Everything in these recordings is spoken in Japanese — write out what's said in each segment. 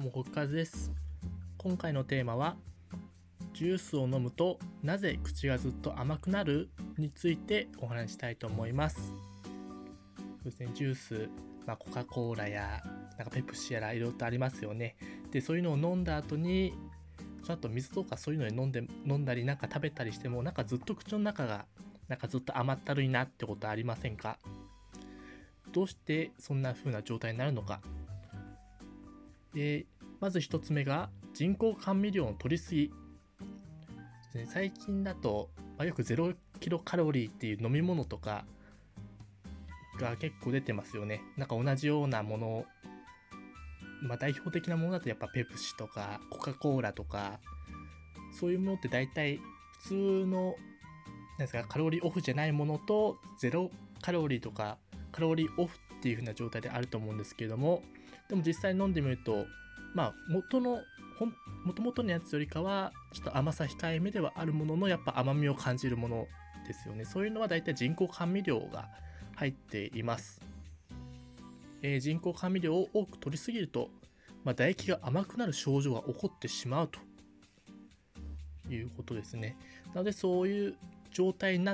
うも国和です。今回のテーマはジュースを飲むとなぜ口がずっと甘くなるについてお話したいと思います。そうですね、ジュース、コカ・コーラやペプシやらいろいろとありますよね。で、そういうのを飲んだ後にその後水とかそういうので飲んだり食べたりしてもずっと口の中がずっと甘ったるいなってことありませんか？どうしてそんな風な状態になるのか。で、まず一つ目が人工甘味料の取りすぎですね。最近だと、よく0キロカロリーっていう飲み物とかが結構出てますよね。同じようなもの、代表的なものだとやっぱペプシとかコカ・コーラとか、そういうものって大体普通のカロリーオフじゃないものと0カロリーとかカロリーオフっていう風な状態であると思うんですけれども、でも実際飲んでみると元々のやつよりかはちょっと甘さ控えめではあるものの、やっぱ甘みを感じるものですよね。そういうのは大体人工甘味料が入っています。人工甘味料を多く摂りすぎると、唾液が甘くなる症状が起こってしまうということですね。なのでそういう状態になって、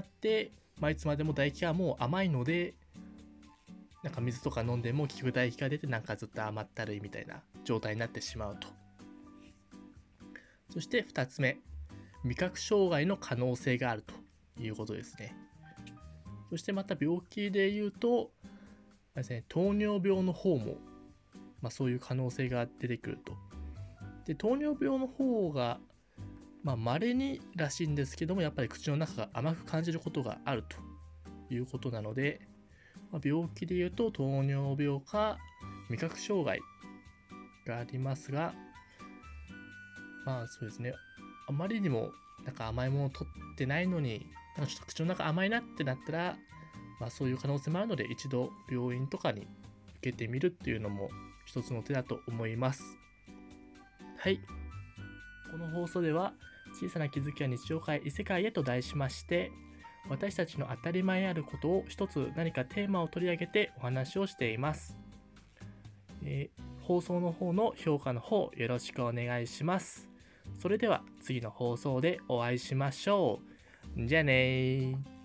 いつまでも唾液がもう甘いので、水とか飲んでも結局唾液が出てずっと甘ったるいみたいな状態になってしまうと。そして2つ目、味覚障害の可能性があるということですね。そしてまた病気で言うと糖尿病の方も、そういう可能性が出てくると。で、糖尿病の方が稀にらしいんですけども、やっぱり口の中が甘く感じることがあるということなので、病気で言うと糖尿病か味覚障害がありますが、そうですね、あまりにも甘いものを取ってないのにちょっと口の中甘いなってなったら、そういう可能性もあるので、一度病院とかに受けてみるっていうのも一つの手だと思います。はい、この放送では小さな気づきは日常から異世界へと題しまして、私たちの当たり前あることを一つ何かテーマを取り上げてお話をしています。放送の方の評価の方よろしくお願いします。それでは次の放送でお会いしましょう。じゃあねー。